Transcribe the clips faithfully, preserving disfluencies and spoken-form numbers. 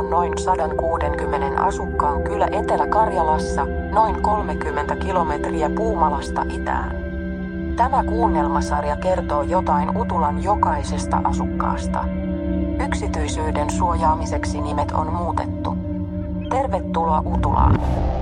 on noin sata kuusikymmentä asukkaan kylä Etelä-Karjalassa, noin kolmekymmentä kilometriä Puumalasta itään. Tämä kuunnelmasarja kertoo jotain Utulan jokaisesta asukkaasta. Yksityisyyden suojaamiseksi nimet on muutettu. Tervetuloa Utulaan.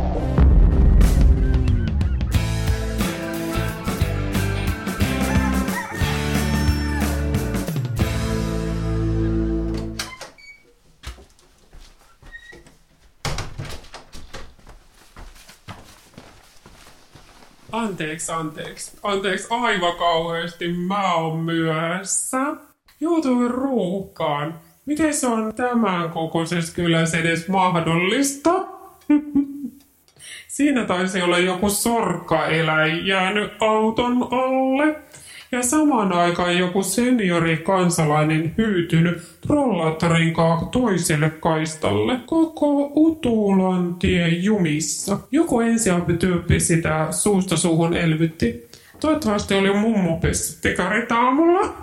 Anteeksi, anteeksi. Anteeksi aivan kauheasti. Mä oon myöhässä. Joutuin ruuhkaan. Miten se on tämän kokoisessa kylässä edes mahdollista? Siinä taisi olla joku sorkkaeläin jäänyt auton alle. Ja samaan aikaan joku seniori kansalainen hyytynyt rollaattorin kanssa toiselle kaistalle. Koko Utulan tie jumissa. Joku ensiapityyppi sitä suusta suuhun elvytti. Toivottavasti oli mummo pessyt tekarit aamulla.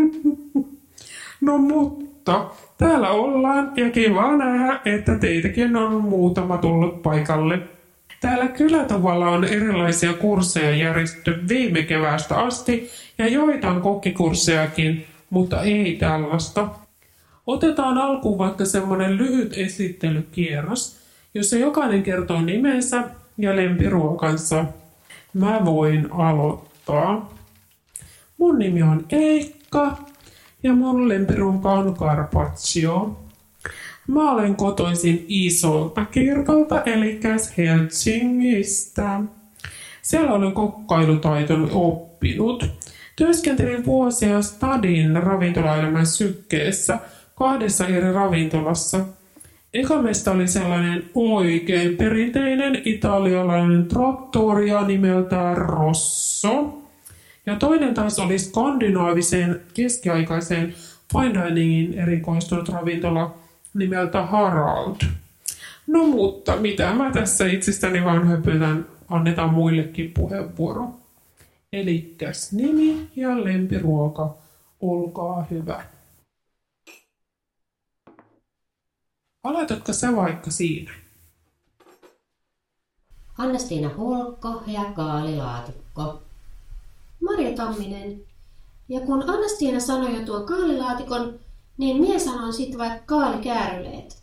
No mutta, täällä ollaan ja kiva nähdä, että teitäkin on muutama tullut paikalle. Täällä kylätuvalla on erilaisia kursseja järjestetty viime keväästä asti ja joitain kokkikurssejakin, mutta ei tällaista. Otetaan alkuun vaikka semmonen lyhyt esittelykierros, jossa jokainen kertoo nimensä ja lempiruokansa. Mä voin aloittaa. Mun nimi on Eikka ja mun lempiruoka on carpaccio. Mä olen kotoisin isolta kirkolta, eli Helsingistä. Siellä olen kokkailutaitoni oppinut. Työskentelin vuosia Stadin ravintolaelämän sykkeessä kahdessa eri ravintolassa. Eka meistä oli sellainen oikein perinteinen italialainen trattoria nimeltään Rosso. Ja toinen taas oli skandinaaviseen keskiaikaiseen fine diningin erikoistunut ravintola nimeltä Harald. No mutta, mitä mä tässä itsestäni vaan höpötän, annetaan muillekin puheenvuoro. Elikkäs nimi ja lempiruoka, olkaa hyvä. Aloitatko sä vaikka siinä? Anna-Stiina Hulkko ja kaalilaatikko. Marja Tamminen. Ja kun Anna-Stiina sanoi jo tuon kaalilaatikon, niin mie sanon sit vaikka kaalikääryleet.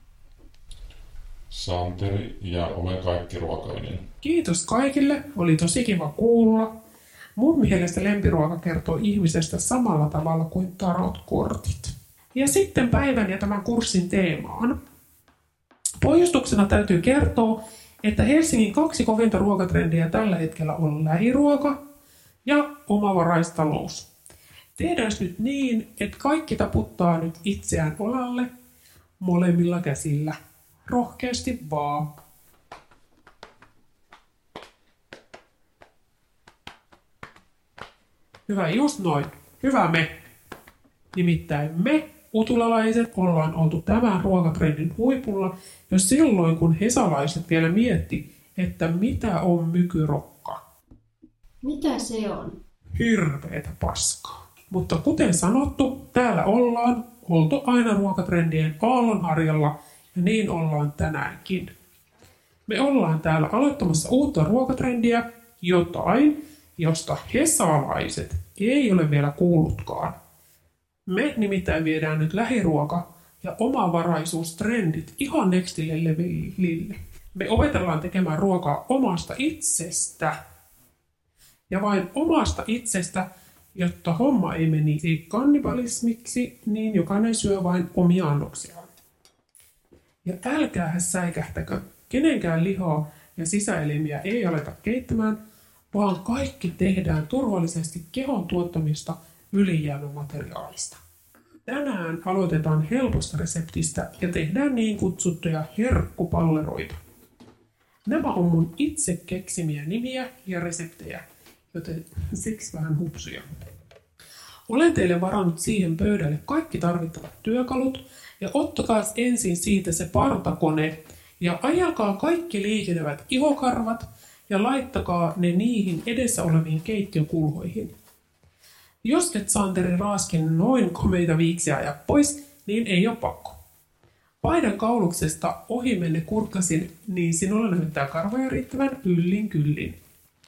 Santeri ja olen kaikki ruokainen. Kiitos kaikille, oli tosi kiva kuulla. Mun mielestä lempiruoka kertoo ihmisestä samalla tavalla kuin tarotkortit. Ja sitten päivän ja tämän kurssin teemaan. Pohjustuksena täytyy kertoa, että Helsingin kaksi kovinta ruokatrendiä tällä hetkellä on lähiruoka ja omavaraistalous. Tehdään nyt niin, että kaikki taputtaa nyt itseään olalle molemmilla käsillä. Rohkeasti vaan. Hyvä, just noin. Hyvä me. Nimittäin me, utulalaiset, ollaan oltu tämän ruokatrendin huipulla jo silloin, kun hesalaiset vielä mietti, että mitä on mykyrokka. Mitä se on? Hirveetä paskaa. Mutta kuten sanottu, täällä ollaan oltu aina ruokatrendien aallonharjalla ja niin ollaan tänäänkin. Me ollaan täällä aloittamassa uutta ruokatrendiä, jotain, josta hesalaiset ei ole vielä kuullutkaan. Me nimittäin viedään nyt lähiruoka- ja omavaraisuustrendit ihan nextille levelille. Me opetellaan tekemään ruokaa omasta itsestä. Ja vain omasta itsestä, jotta homma ei menisi kannibalismiksi, niin jokainen syö vain omia annoksiaan. Ja älkää säikähtäkö, kenenkään lihaa ja sisäelimiä ei aleta keittämään, vaan kaikki tehdään turvallisesti kehon tuottamista ylijäämämateriaalista. Tänään aloitetaan helposta reseptistä ja tehdään niin kutsuttuja herkkupalleroita. Nämä on mun itse keksimiä nimiä ja reseptejä, joten siksi vähän hupsuja. Olen teille varannut siihen pöydälle kaikki tarvittavat työkalut ja ottakaa ensin siitä se partakone ja ajakaa kaikki liikenevät ihokarvat ja laittakaa ne niihin edessä oleviin keittiökulhoihin. Jos et Santeri Raaskin noin komeita viiksiä ajaa pois, niin ei ole pakko. Paidan kauluksesta ohi menne kurkkasin, niin sinulla näyttää karvoja riittävän yllin kyllin.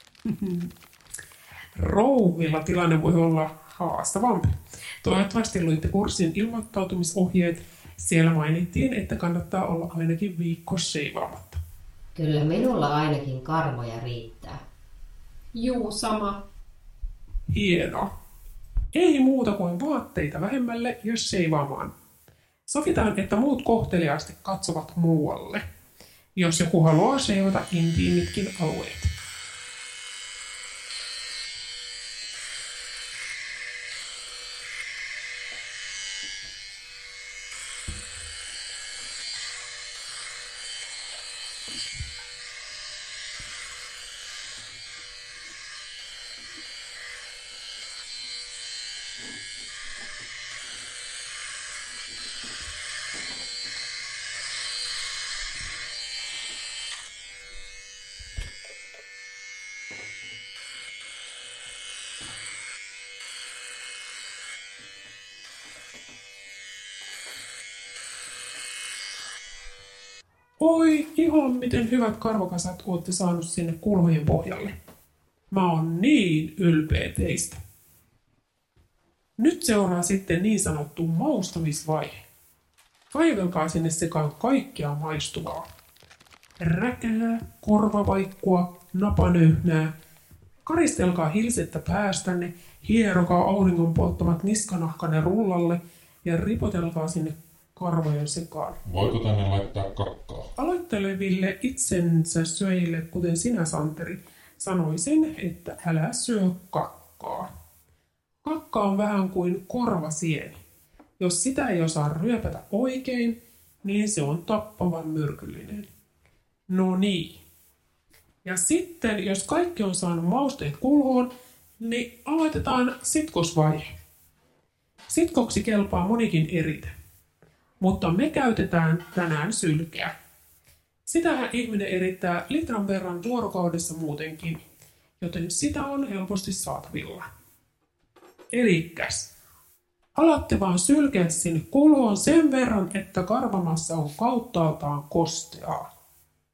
Rouvilla tilanne voi olla haastavampi. Toivottavasti luitte kurssin ilmoittautumisohjeet. Siellä mainittiin, että kannattaa olla ainakin viikko sheivaamatta. Kyllä minulla ainakin karvoja riittää. Juu, sama. Hienoa. Ei muuta kuin vaatteita vähemmälle ja sheivaamaan. Sovitaan, että muut kohteliaasti katsovat muualle, jos joku haluaa sheivata intiimitkin alueet. Oi, ihan miten hyvät karvakasat olette saanut sinne kulhojen pohjalle. Mä oon niin ylpeä teistä. Nyt seuraa sitten niin sanottu maustamisvaihe. Kaivelkaa sinne sekaan kaikkea maistuvaa. Räkää, korvavaikkua, napanöhnää. Karistelkaa hilsettä päästänne, hierokaa auringon polttamat niskanahkanne rullalle ja ripotelkaa sinne karvojen sekaan. Voiko tänne laittaa kakkaa? Aloitteleville itsensä syöjille, kuten sinä, Santeri, sanoisin, että älä syö kakkaa. Kakka on vähän kuin korvasieni. Jos sitä ei osaa ryöpätä oikein, niin se on tappavan myrkyllinen. No niin. Ja sitten, jos kaikki on saanut mausteet kulhoon, niin aloitetaan sitkosvaihe. Sitkoksi kelpaa monikin erite. Mutta me käytetään tänään sylkeä. Sitähän ihminen erittää litran verran vuorokaudessa muutenkin, joten sitä on helposti saatavilla. Elikkäs, alatte vaan sylkeä sinne kulhoon sen verran, että karvamassa on kauttaaltaan kosteaa.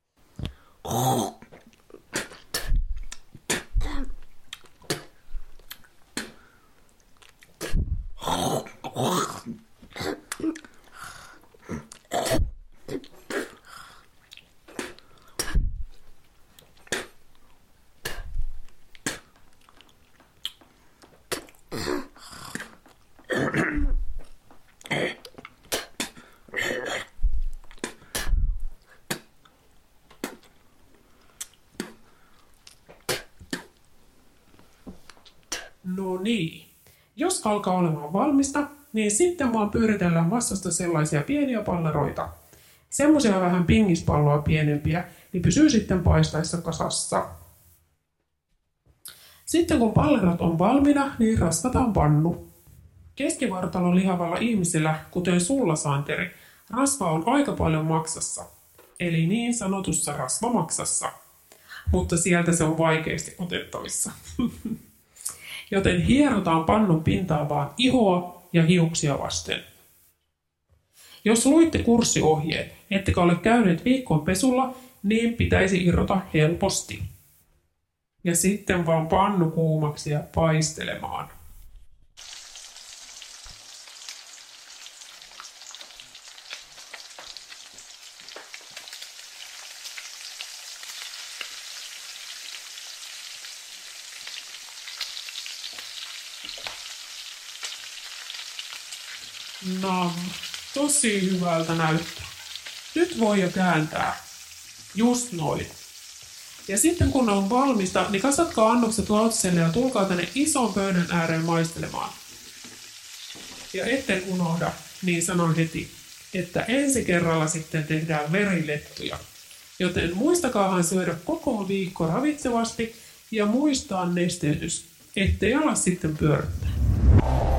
No niin. Jos alkaa olemaan valmista, niin sitten vaan pyöritellään vastasta sellaisia pieniä palleroita. Semmoisia vähän pingispalloa pienempiä, niin pysyy sitten paistaessa kasassa. Sitten kun pallerot on valmiina, niin rasvataan pannu. Keskivartalon lihavalla ihmisellä, kuten sulla, Santeri, rasva on aika paljon maksassa. Eli niin sanotussa rasvamaksassa. Mutta sieltä se on vaikeasti otettavissa. Joten hierotaan pannun pintaa vaan ihoa ja hiuksia vasten. Jos luitte kurssiohjeet, ettekä ole käyneet viikon pesulla, niin pitäisi irrota helposti. Ja sitten vaan pannu kuumaksi ja paistelemaan. No, tosi hyvältä näyttää. Nyt voi jo kääntää. Just noin. Ja sitten kun on valmista, niin kasatkaa annokset lautaselle ja tulkaa tänne ison pöydän ääreen maistelemaan. Ja etten unohda, niin sanon heti, että ensi kerralla sitten tehdään verilettuja. Joten muistakaahan syödä koko viikko ravitsevasti ja muistaa nesteytys, ettei ala sitten pyörittää.